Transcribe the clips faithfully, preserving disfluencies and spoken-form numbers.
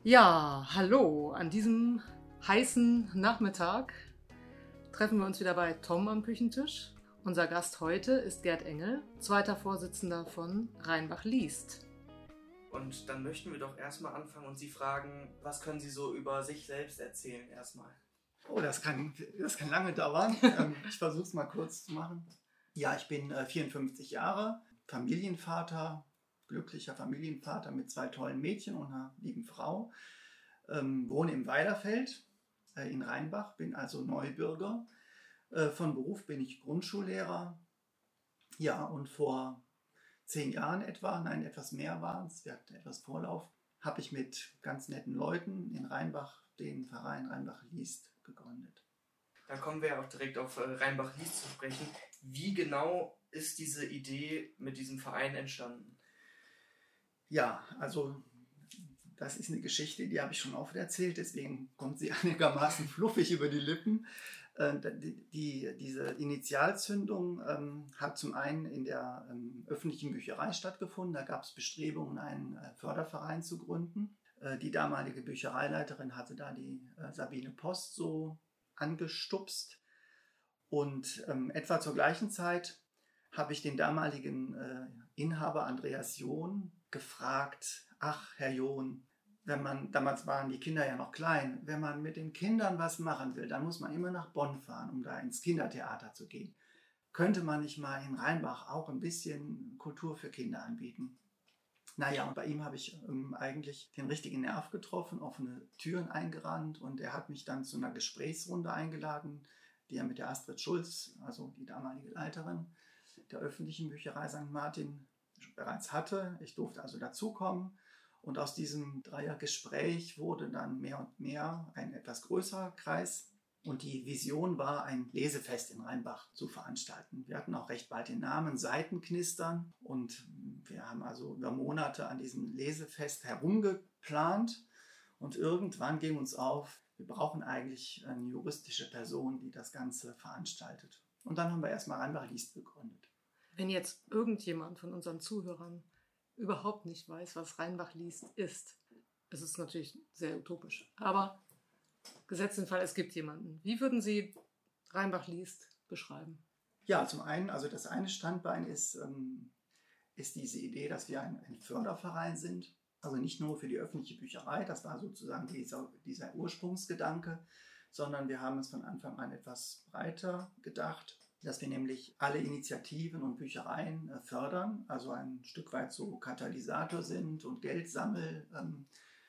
Ja, hallo. An diesem heißen Nachmittag treffen wir uns wieder bei Tom am Küchentisch. Unser Gast heute ist Gerd Engel, zweiter Vorsitzender von Rheinbach liest. Und dann möchten wir doch erstmal anfangen und Sie fragen, was können Sie so über sich selbst erzählen erstmal? Oh, das kann, das kann lange dauern. Ich versuche es mal kurz zu machen. Ja, ich bin vierundfünfzig Jahre, Familienvater, glücklicher Familienvater mit zwei tollen Mädchen und einer lieben Frau. Ähm, wohne im Weilerfeld äh, in Rheinbach, bin also Neubürger. Äh, von Beruf bin ich Grundschullehrer. Ja, und vor zehn Jahren etwa, nein, etwas mehr waren es, wir hatten etwas Vorlauf, habe ich mit ganz netten Leuten in Rheinbach den Verein Rheinbach liest gegründet. Da kommen wir auch direkt auf Rheinbach liest zu sprechen. Wie genau ist diese Idee mit diesem Verein entstanden? Ja, also das ist eine Geschichte, die habe ich schon oft erzählt, deswegen kommt sie einigermaßen fluffig über die Lippen. Äh, die, die, diese Initialzündung ähm, hat zum einen in der ähm, öffentlichen Bücherei stattgefunden. Da gab es Bestrebungen, einen äh, Förderverein zu gründen. Äh, die damalige Büchereileiterin hatte da die äh, Sabine Post so angestupst. Und ähm, etwa zur gleichen Zeit habe ich den damaligen äh, Inhaber Andreas John gefragt, ach Herr John, wenn man, damals waren die Kinder ja noch klein, wenn man mit den Kindern was machen will, dann muss man immer nach Bonn fahren, um da ins Kindertheater zu gehen. Könnte man nicht mal in Rheinbach auch ein bisschen Kultur für Kinder anbieten? Naja, und bei ihm habe ich ähm, eigentlich den richtigen Nerv getroffen, offene Türen eingerannt und er hat mich dann zu einer Gesprächsrunde eingeladen, die er mit der Astrid Schulz, also die damalige Leiterin der öffentlichen Bücherei Sankt Martin, bereits hatte. Ich durfte also dazukommen und aus diesem Dreiergespräch wurde dann mehr und mehr ein etwas größerer Kreis und die Vision war, ein Lesefest in Rheinbach zu veranstalten. Wir hatten auch recht bald den Namen Seitenknistern und wir haben also über Monate an diesem Lesefest herumgeplant und irgendwann ging uns auf, wir brauchen eigentlich eine juristische Person, die das Ganze veranstaltet. Und dann haben wir erstmal Rheinbach liest gegründet. Wenn jetzt irgendjemand von unseren Zuhörern überhaupt nicht weiß, was Rheinbach liest ist, es ist natürlich sehr utopisch, aber gesetzt den Fall, es gibt jemanden. Wie würden Sie Rheinbach liest beschreiben? Ja, zum einen, also das eine Standbein ist, ähm, ist diese Idee, dass wir ein, ein Förderverein sind. Also nicht nur für die öffentliche Bücherei, das war sozusagen dieser, dieser Ursprungsgedanke, sondern wir haben es von Anfang an etwas breiter gedacht, dass wir nämlich alle Initiativen und Büchereien äh, fördern, also ein Stück weit so Katalysator sind und Geldsammel, ähm,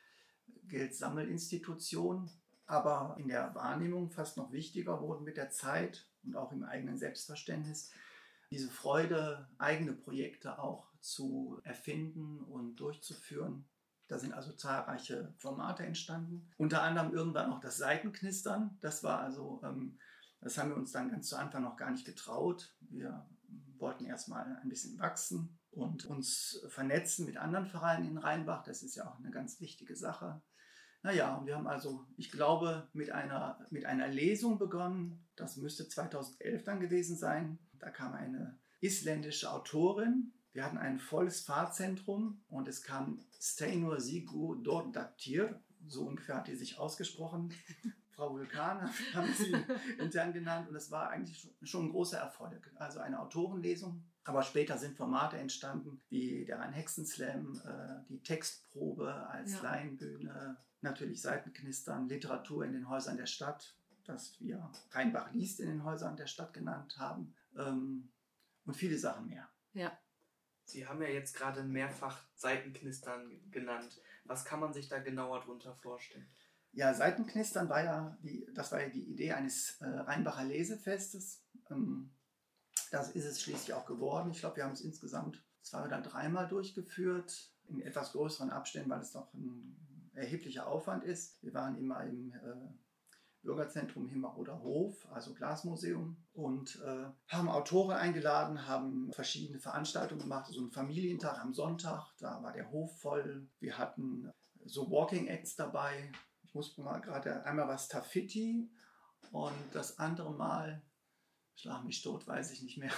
Geldsammelinstitution, aber in der Wahrnehmung fast noch wichtiger wurden mit der Zeit und auch im eigenen Selbstverständnis diese Freude, eigene Projekte auch zu erfinden und durchzuführen. Da sind also zahlreiche Formate entstanden. Unter anderem irgendwann auch das Seitenknistern. Das war also, ähm, das haben wir uns dann ganz zu Anfang noch gar nicht getraut. Wir wollten erstmal ein bisschen wachsen und uns vernetzen mit anderen Vereinen in Rheinbach. Das ist ja auch eine ganz wichtige Sache. Naja, und wir haben also, ich glaube, mit einer, mit einer Lesung begonnen. Das müsste zweitausendelf dann gewesen sein. Da kam eine isländische Autorin. Wir hatten ein volles Fahrzentrum und es kam Steinur Sigurdardóttir, so ungefähr hat die sich ausgesprochen. Frau Vulkan haben sie intern genannt und es war eigentlich schon ein großer Erfolg. Also eine Autorenlesung, aber später sind Formate entstanden wie der Rhein-Hexen-Slam, äh, die Textprobe als ja. Laienbühne, natürlich Seitenknistern, Literatur in den Häusern der Stadt, das wir Rheinbach liest in den Häusern der Stadt genannt haben ähm, und viele Sachen mehr. Ja. Sie haben ja jetzt gerade mehrfach Seitenknistern genannt. Was kann man sich da genauer drunter vorstellen? Ja, Seitenknistern war ja die, das war ja die Idee eines äh, Rheinbacher Lesefestes. Ähm, das ist es schließlich auch geworden. Ich glaube, wir haben es insgesamt zwei oder dreimal durchgeführt, in etwas größeren Abständen, weil es doch ein erheblicher Aufwand ist. Wir waren immer im äh, Bürgerzentrum Himmerroder Hof, also Glasmuseum, und äh, haben Autoren eingeladen, haben verschiedene Veranstaltungen gemacht, so einen Familientag am Sonntag, da war der Hof voll. Wir hatten so Walking Acts dabei. Ich muss mal gerade einmal was Taffiti und das andere Mal schlag mich tot, weiß ich nicht mehr.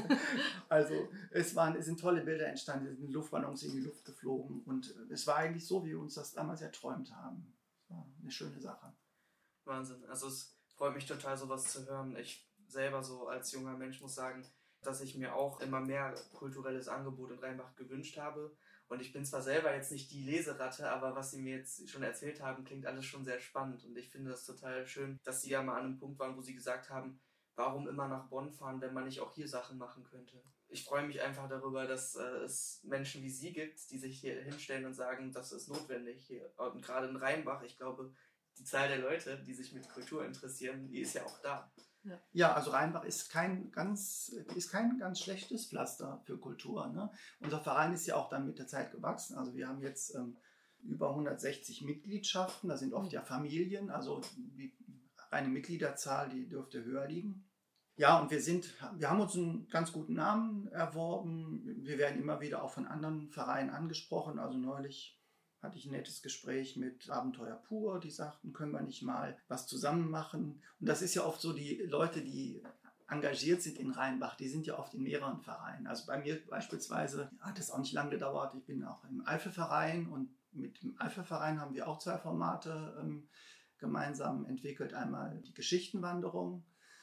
Also es, waren, es sind tolle Bilder entstanden, es sind Luftballons in die Luft geflogen und es war eigentlich so, wie wir uns das damals erträumt haben. Es war eine schöne Sache. Wahnsinn. Also es freut mich total, sowas zu hören. Ich selber so als junger Mensch muss sagen, dass ich mir auch immer mehr kulturelles Angebot in Rheinbach gewünscht habe. Und ich bin zwar selber jetzt nicht die Leseratte, aber was Sie mir jetzt schon erzählt haben, klingt alles schon sehr spannend. Und ich finde das total schön, dass Sie ja mal an einem Punkt waren, wo Sie gesagt haben, warum immer nach Bonn fahren, wenn man nicht auch hier Sachen machen könnte. Ich freue mich einfach darüber, dass äh, es Menschen wie Sie gibt, die sich hier hinstellen und sagen, das ist notwendig hier. Und gerade in Rheinbach, ich glaube, die Zahl der Leute, die sich mit Kultur interessieren, die ist ja auch da. Ja, ja, also Rheinbach ist kein ganz, ist kein ganz schlechtes Pflaster für Kultur. Ne? Unser Verein ist ja auch dann mit der Zeit gewachsen. Also wir haben jetzt ähm, über hundertsechzig Mitgliedschaften, das sind oft ja Familien, also die reine Mitgliederzahl, die dürfte höher liegen. Ja, und wir sind, wir haben uns einen ganz guten Namen erworben. Wir werden immer wieder auch von anderen Vereinen angesprochen. Also neulich hatte ich ein nettes Gespräch mit Abenteuer pur, die sagten, können wir nicht mal was zusammen machen. Und das ist ja oft so, die Leute, die engagiert sind in Rheinbach, die sind ja oft in mehreren Vereinen. Also bei mir beispielsweise hat es auch nicht lange gedauert. Ich bin auch im Eifelverein und mit dem Eifelverein haben wir auch zwei Formate ähm, gemeinsam entwickelt. Einmal die Geschichtenwanderung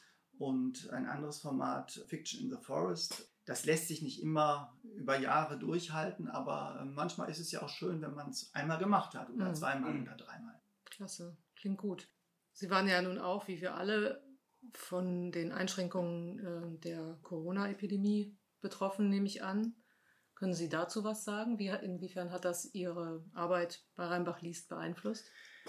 und ein anderes Format, Fiction in the Forest. Das lässt sich nicht immer über Jahre durchhalten, aber manchmal ist es ja auch schön, wenn man es einmal gemacht hat oder mhm. zweimal mhm. oder dreimal. Klasse, klingt gut. Sie waren ja nun auch, wie wir alle, von den Einschränkungen äh, der Corona-Epidemie betroffen, nehme ich an. Können Sie dazu was sagen? Wie, inwiefern hat das Ihre Arbeit bei Rheinbach liest beeinflusst?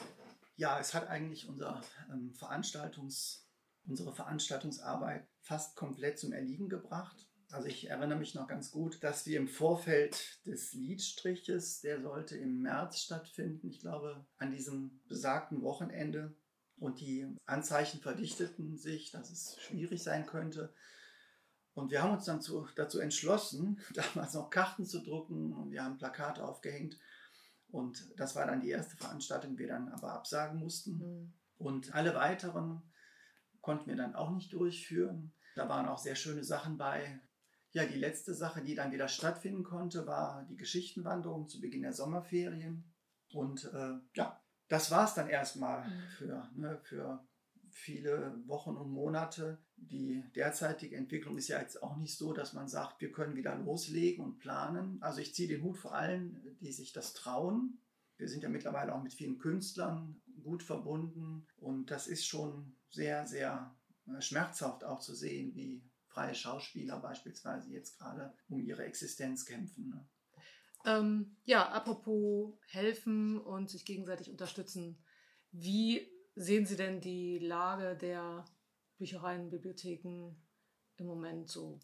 Ja, es hat eigentlich unser, ähm, Veranstaltungs, unsere Veranstaltungsarbeit fast komplett zum Erliegen gebracht. Also ich erinnere mich noch ganz gut, dass wir im Vorfeld des Liedstriches, der sollte im März stattfinden, ich glaube an diesem besagten Wochenende, und die Anzeichen verdichteten sich, dass es schwierig sein könnte. Und wir haben uns dann zu, dazu entschlossen, damals noch Karten zu drucken, und wir haben Plakate aufgehängt. Und das war dann die erste Veranstaltung, die wir dann aber absagen mussten. Mhm. Und alle weiteren konnten wir dann auch nicht durchführen. Da waren auch sehr schöne Sachen bei. Ja, die letzte Sache, die dann wieder stattfinden konnte, war die Geschichtenwanderung zu Beginn der Sommerferien. Und äh, ja, das war es dann erstmal mhm. für, ne, für viele Wochen und Monate. Die derzeitige Entwicklung ist ja jetzt auch nicht so, dass man sagt, wir können wieder loslegen und planen. Also ich ziehe den Hut vor allen, die sich das trauen. Wir sind ja mittlerweile auch mit vielen Künstlern gut verbunden. Und das ist schon sehr, sehr schmerzhaft auch zu sehen, wie freie Schauspieler beispielsweise jetzt gerade um ihre Existenz kämpfen. Ne? Ähm, ja, apropos helfen und sich gegenseitig unterstützen. Wie sehen Sie denn die Lage der Büchereien, Bibliotheken im Moment so?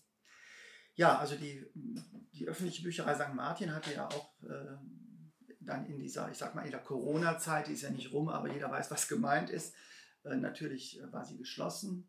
Ja, also die, die öffentliche Bücherei Sankt Martin hatte ja auch äh, dann in dieser, ich sag mal, in der Corona-Zeit, die ist ja nicht rum, aber jeder weiß, was gemeint ist. Äh, natürlich war sie geschlossen.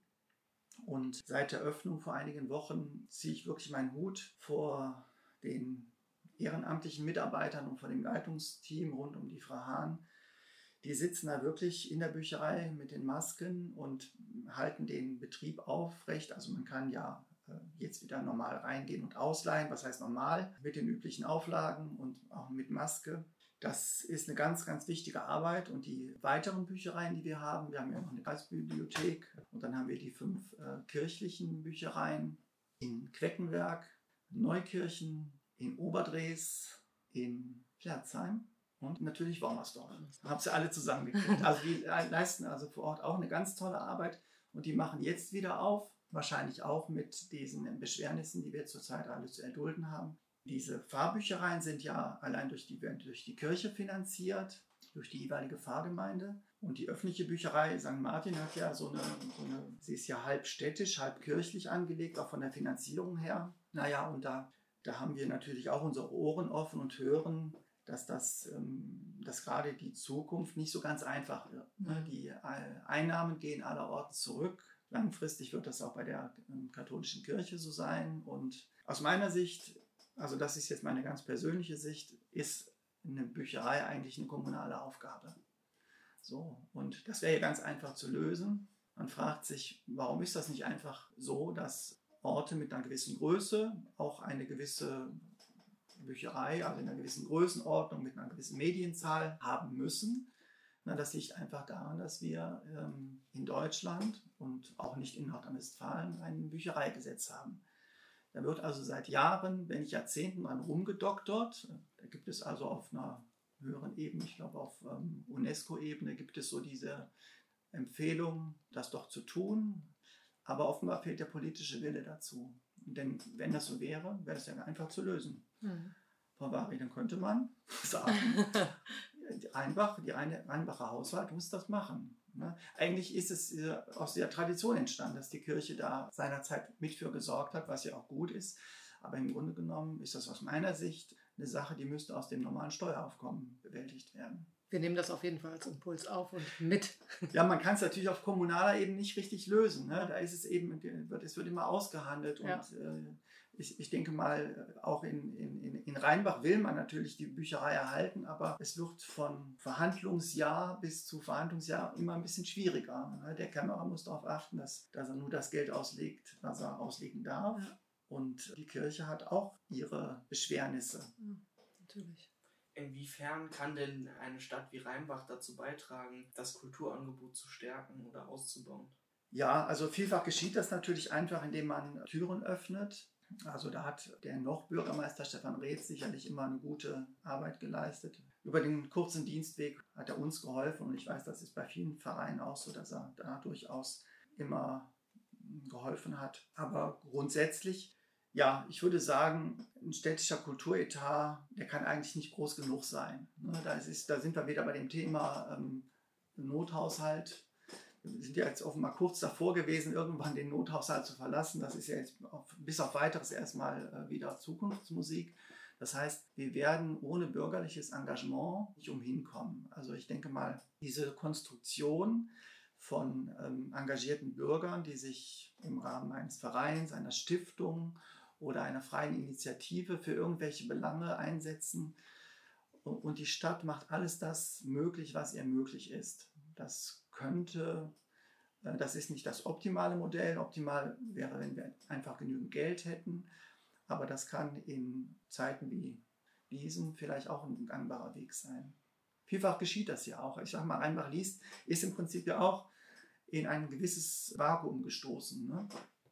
Und seit der Öffnung vor einigen Wochen ziehe ich wirklich meinen Hut vor den ehrenamtlichen Mitarbeitern und vor dem Leitungsteam rund um die Frau Hahn. Die sitzen da wirklich in der Bücherei mit den Masken und halten den Betrieb aufrecht. Also man kann ja jetzt wieder normal reingehen und ausleihen. Was heißt normal? Mit den üblichen Auflagen und auch mit Maske. Das ist eine ganz, ganz wichtige Arbeit. Und die weiteren Büchereien, die wir haben, wir haben ja noch eine Kreisbibliothek und dann haben wir die fünf äh, kirchlichen Büchereien in Queckenberg, Neukirchen, in Oberdrees, in Pforzheim und natürlich Wormersdorf. Ich habe sie alle zusammengekriegt. Also die leisten also vor Ort auch eine ganz tolle Arbeit und die machen jetzt wieder auf, wahrscheinlich auch mit diesen Beschwernissen, die wir zurzeit alle zu erdulden haben. Diese Pfarrbüchereien sind ja allein durch die, durch die Kirche finanziert, durch die jeweilige Pfarrgemeinde. Und die öffentliche Bücherei Sankt Martin hat ja so eine, so eine, sie ist ja halb städtisch, halb kirchlich angelegt, auch von der Finanzierung her. Naja, und da, da haben wir natürlich auch unsere Ohren offen und hören, dass das, ähm, dass gerade die Zukunft nicht so ganz einfach wird. Mhm. Die Einnahmen gehen allerorten zurück. Langfristig wird das auch bei der ähm, katholischen Kirche so sein. Und aus meiner Sicht, also das ist jetzt meine ganz persönliche Sicht, ist eine Bücherei eigentlich eine kommunale Aufgabe. So, und das wäre ja ganz einfach zu lösen. Man fragt sich, warum ist das nicht einfach so, dass Orte mit einer gewissen Größe auch eine gewisse Bücherei, also in einer gewissen Größenordnung, mit einer gewissen Medienzahl haben müssen. Na, das liegt einfach daran, dass wir ähm, in Deutschland und auch nicht in Nordrhein-Westfalen ein Büchereigesetz haben. Da wird also seit Jahren, wenn nicht Jahrzehnten, dran rumgedoktert. Da gibt es also auf einer höheren Ebene, ich glaube auf ähm, UNESCO-Ebene, gibt es so diese Empfehlung, das doch zu tun. Aber offenbar fehlt der politische Wille dazu. Denn wenn das so wäre, wäre es ja einfach zu lösen. Mhm. Frau Wari, dann könnte man sagen, die Rheinbach, die Rheinbacher Hauswart muss das machen. Ne? Eigentlich ist es aus der Tradition entstanden, dass die Kirche da seinerzeit mit für gesorgt hat, was ja auch gut ist. Aber im Grunde genommen ist das aus meiner Sicht eine Sache, die müsste aus dem normalen Steueraufkommen bewältigt werden. Wir nehmen das auf jeden Fall als Impuls auf und mit. Ja, man kann es natürlich auf kommunaler Ebene nicht richtig lösen. Ne? Da ist es eben, es wird immer ausgehandelt. Und ja. äh, ich, ich denke mal, auch in, in, in Rheinbach will man natürlich die Bücherei erhalten, aber es wird von Verhandlungsjahr bis zu Verhandlungsjahr immer ein bisschen schwieriger. Ne? Der Kämmerer muss darauf achten, dass, dass er nur das Geld auslegt, was er auslegen darf. Ja. Und die Kirche hat auch ihre Beschwernisse. Ja, natürlich. Inwiefern kann denn eine Stadt wie Rheinbach dazu beitragen, das Kulturangebot zu stärken oder auszubauen? Ja, also vielfach geschieht das natürlich einfach, indem man Türen öffnet. Also da hat der noch Bürgermeister Stefan Reetz sicherlich immer eine gute Arbeit geleistet. Über den kurzen Dienstweg hat er uns geholfen und ich weiß, das ist bei vielen Vereinen auch so, dass er da durchaus immer geholfen hat. Aber grundsätzlich, ja, ich würde sagen, ein städtischer Kulturetat, der kann eigentlich nicht groß genug sein. Da, ist, da sind wir wieder bei dem Thema ähm, Nothaushalt. Wir sind ja jetzt offenbar kurz davor gewesen, irgendwann den Nothaushalt zu verlassen. Das ist ja jetzt auf, bis auf Weiteres erstmal äh, wieder Zukunftsmusik. Das heißt, wir werden ohne bürgerliches Engagement nicht umhinkommen. Also ich denke mal, diese Konstruktion von ähm, engagierten Bürgern, die sich im Rahmen eines Vereins, einer Stiftung oder einer freien Initiative für irgendwelche Belange einsetzen. Und die Stadt macht alles das möglich, was ihr möglich ist. Das könnte, das ist nicht das optimale Modell. Optimal wäre, wenn wir einfach genügend Geld hätten. Aber das kann in Zeiten wie diesen vielleicht auch ein gangbarer Weg sein. Vielfach geschieht das ja auch. Ich sage mal, Rheinbach-Liest ist im Prinzip ja auch in ein gewisses Vakuum gestoßen. Ne?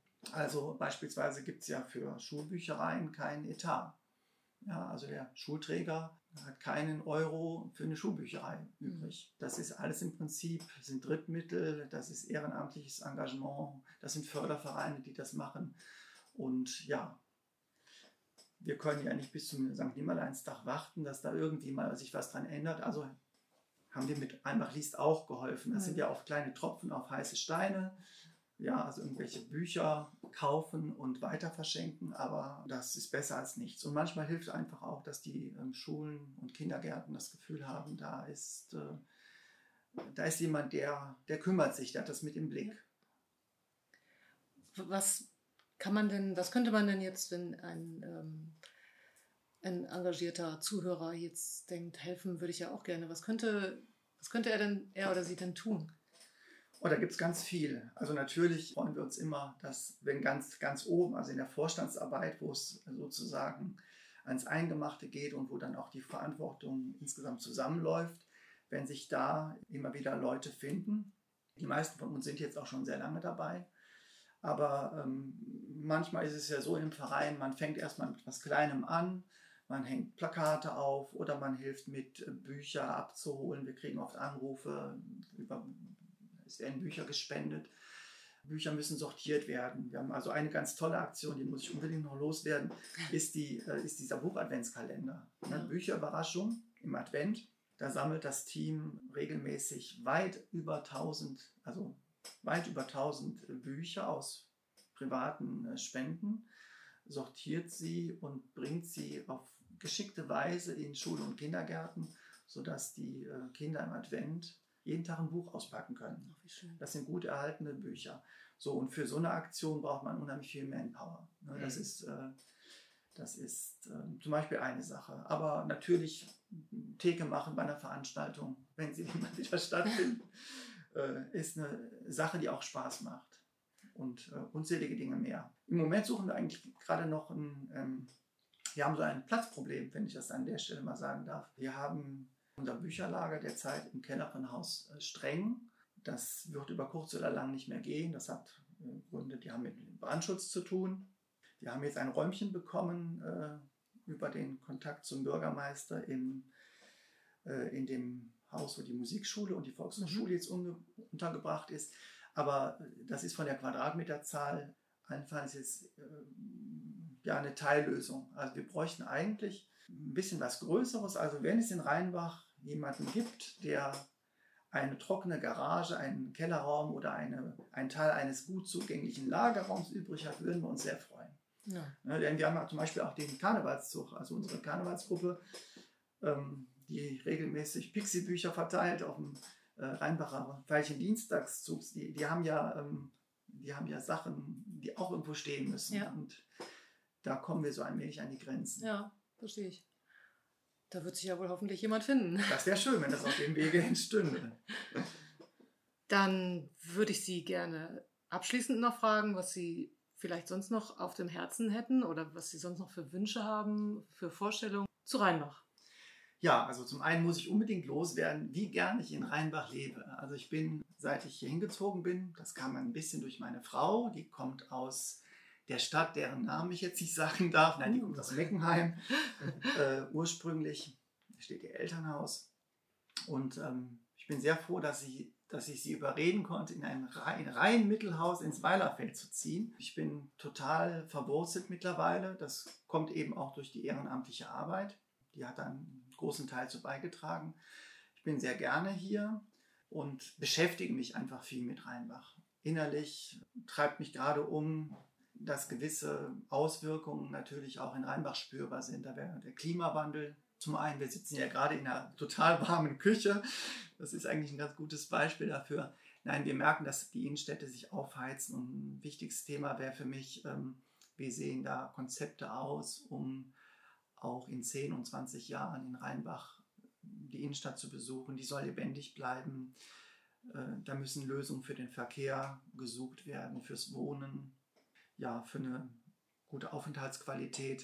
Also beispielsweise gibt es ja für Schulbüchereien keinen Etat. Ja, also der Schulträger hat keinen Euro für eine Schulbücherei übrig. Das ist alles im Prinzip, das sind Drittmittel, das ist ehrenamtliches Engagement, das sind Fördervereine, die das machen. Und ja, wir können ja nicht bis zum Sankt Nimmerleinstag warten, dass da irgendwie mal sich was dran ändert. Also haben wir mit Rheinbach-Liest auch geholfen. Das sind ja auch kleine Tropfen auf heiße Steine. Ja, also irgendwelche Bücher kaufen und weiter verschenken, aber das ist besser als nichts. Und manchmal hilft einfach auch, dass die ähm, Schulen und Kindergärten das Gefühl haben, da ist, äh, da ist jemand, der, der kümmert sich, der hat das mit im Blick. Was kann man denn, was könnte man denn jetzt, wenn ein, ähm, ein engagierter Zuhörer jetzt denkt, helfen würde ich ja auch gerne, was könnte, was könnte er denn, er oder sie denn tun? Oh, da gibt es ganz viel. Also natürlich freuen wir uns immer, dass wenn ganz, ganz oben, also in der Vorstandsarbeit, wo es sozusagen ans Eingemachte geht und wo dann auch die Verantwortung insgesamt zusammenläuft, wenn sich da immer wieder Leute finden. Die meisten von uns sind jetzt auch schon sehr lange dabei. Aber ähm, manchmal ist es ja so im Verein, man fängt erstmal mit etwas Kleinem an, man hängt Plakate auf oder man hilft mit, Bücher abzuholen. Wir kriegen oft Anrufe über Es werden Bücher gespendet. Bücher müssen sortiert werden. Wir haben also eine ganz tolle Aktion, die muss ich unbedingt noch loswerden, ist, die, äh, ist dieser Buch-Adventskalender. Ja. Bücherüberraschung im Advent. Da sammelt das Team regelmäßig weit über tausend, also weit über tausend Bücher aus privaten äh, Spenden, sortiert sie und bringt sie auf geschickte Weise in Schule und Kindergärten, sodass die äh, Kinder im Advent jeden Tag ein Buch auspacken können. Ach, wie schön. Das sind gut erhaltene Bücher. So, und für so eine Aktion braucht man unheimlich viel Manpower. Ne, das mhm. ist, äh, das ist äh, zum Beispiel eine Sache. Aber natürlich Theke machen bei einer Veranstaltung, wenn sie immer wieder stattfinden. äh, ist eine Sache, die auch Spaß macht. Und äh, unzählige Dinge mehr. Im Moment suchen wir eigentlich gerade noch ein, ähm, wir haben so ein Platzproblem, wenn ich das an der Stelle mal sagen darf. Wir haben unser Bücherlager derzeit im Keller von Haus äh, Streng. Das wird über kurz oder lang nicht mehr gehen. Das hat äh, Gründe, die haben mit dem Brandschutz zu tun. Wir haben jetzt ein Räumchen bekommen äh, über den Kontakt zum Bürgermeister im, äh, in dem Haus, wo die Musikschule und die Volkshochschule mhm. jetzt unge- untergebracht ist. Aber das ist von der Quadratmeterzahl allenfalls jetzt äh, ja eine Teillösung. Also wir bräuchten eigentlich ein bisschen was Größeres. Also wenn es in Rheinbach jemanden gibt, der eine trockene Garage, einen Kellerraum oder eine, einen Teil eines gut zugänglichen Lagerraums übrig hat, würden wir uns sehr freuen. Ja. Ja, denn wir haben zum Beispiel auch den Karnevalszug, also unsere Karnevalsgruppe, ähm, die regelmäßig Pixie-Bücher verteilt auf dem äh, Rheinbacher Veilchen-Dienstagszug. Die, die, haben ja, ähm, die haben ja Sachen, die auch irgendwo stehen müssen. Ja. Und da kommen wir so ein wenig an die Grenzen. Ja, verstehe ich. Da wird sich ja wohl hoffentlich jemand finden. Das wäre schön, wenn das auf dem Wege entstünde. Dann würde ich Sie gerne abschließend noch fragen, was Sie vielleicht sonst noch auf dem Herzen hätten oder was Sie sonst noch für Wünsche haben, für Vorstellungen zu Rheinbach. Ja, also zum einen muss ich unbedingt loswerden, wie gern ich in Rheinbach lebe. Also ich bin, seit ich hier hingezogen bin, das kam ein bisschen durch meine Frau, die kommt aus der Stadt, deren Namen ich jetzt nicht sagen darf. Nein, die kommt aus Meckenheim. äh, ursprünglich steht ihr Elternhaus. Und ähm, ich bin sehr froh, dass ich, dass ich sie überreden konnte, in ein rein Mittelhaus ins Weilerfeld zu ziehen. Ich bin total verwurzelt mittlerweile. Das kommt eben auch durch die ehrenamtliche Arbeit. Die hat dann einen großen Teil zu beigetragen. Ich bin sehr gerne hier und beschäftige mich einfach viel mit Rheinbach. Innerlich treibt mich gerade um, dass gewisse Auswirkungen natürlich auch in Rheinbach spürbar sind. Da wäre der Klimawandel. Zum einen, wir sitzen ja gerade in einer total warmen Küche. Das ist eigentlich ein ganz gutes Beispiel dafür. Nein, wir merken, dass die Innenstädte sich aufheizen. Und ein wichtiges Thema wäre für mich, ähm, wie sehen da Konzepte aus, um auch in zehn und zwanzig Jahren in Rheinbach die Innenstadt zu besuchen. Die soll lebendig bleiben. Äh, da müssen Lösungen für den Verkehr gesucht werden, fürs Wohnen, ja, für eine gute Aufenthaltsqualität.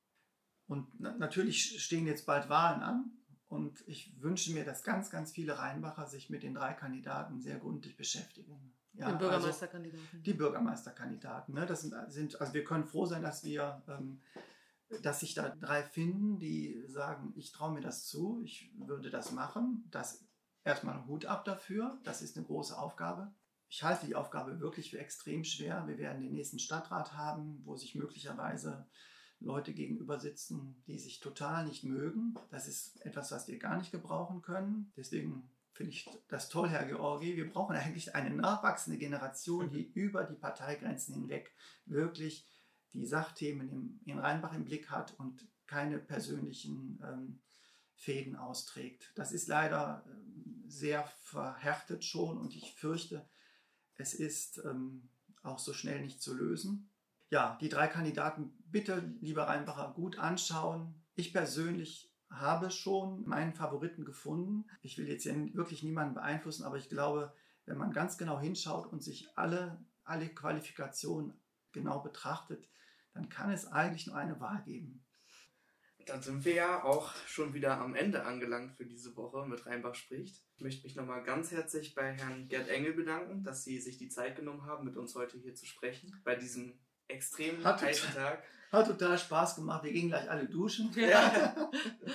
Und na- natürlich stehen jetzt bald Wahlen an und ich wünsche mir, dass ganz, ganz viele Rheinbacher sich mit den drei Kandidaten sehr gründlich beschäftigen. Ja, die Bürgermeisterkandidaten. Also die Bürgermeisterkandidaten. Ne? Das sind, sind, also wir können froh sein, dass wir, ähm, dass sich da drei finden, die sagen, ich traue mir das zu, ich würde das machen. Das erstmal einen Hut ab dafür. Das ist eine große Aufgabe. Ich halte die Aufgabe wirklich für extrem schwer. Wir werden den nächsten Stadtrat haben, wo sich möglicherweise Leute gegenüber sitzen, die sich total nicht mögen. Das ist etwas, was wir gar nicht gebrauchen können. Deswegen finde ich das toll, Herr Georgi. Wir brauchen eigentlich eine nachwachsende Generation, die über die Parteigrenzen hinweg wirklich die Sachthemen im, in Rheinbach im Blick hat und keine persönlichen ähm, Fäden austrägt. Das ist leider ähm, sehr verhärtet schon und ich fürchte, es ist ähm, auch so schnell nicht zu lösen. Ja, die drei Kandidaten bitte, lieber Rheinbacher, gut anschauen. Ich persönlich habe schon meinen Favoriten gefunden. Ich will jetzt hier wirklich niemanden beeinflussen, aber ich glaube, wenn man ganz genau hinschaut und sich alle, alle Qualifikationen genau betrachtet, dann kann es eigentlich nur eine Wahl geben. Dann sind wir ja auch schon wieder am Ende angelangt für diese Woche mit Rheinbach spricht. Ich möchte mich nochmal ganz herzlich bei Herrn Gerd Engel bedanken, dass Sie sich die Zeit genommen haben, mit uns heute hier zu sprechen, bei diesem extrem hat heißen total, Tag. Hat total Spaß gemacht. Wir gehen gleich alle duschen. Ja.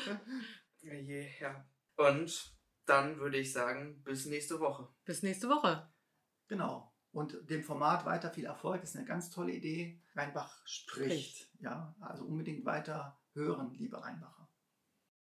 ja. Und dann würde ich sagen, bis nächste Woche. Bis nächste Woche. Genau. Und dem Format weiter viel Erfolg. Das ist eine ganz tolle Idee. Rheinbach spricht. spricht. Ja, also unbedingt weiter hören, liebe Rheinbacher.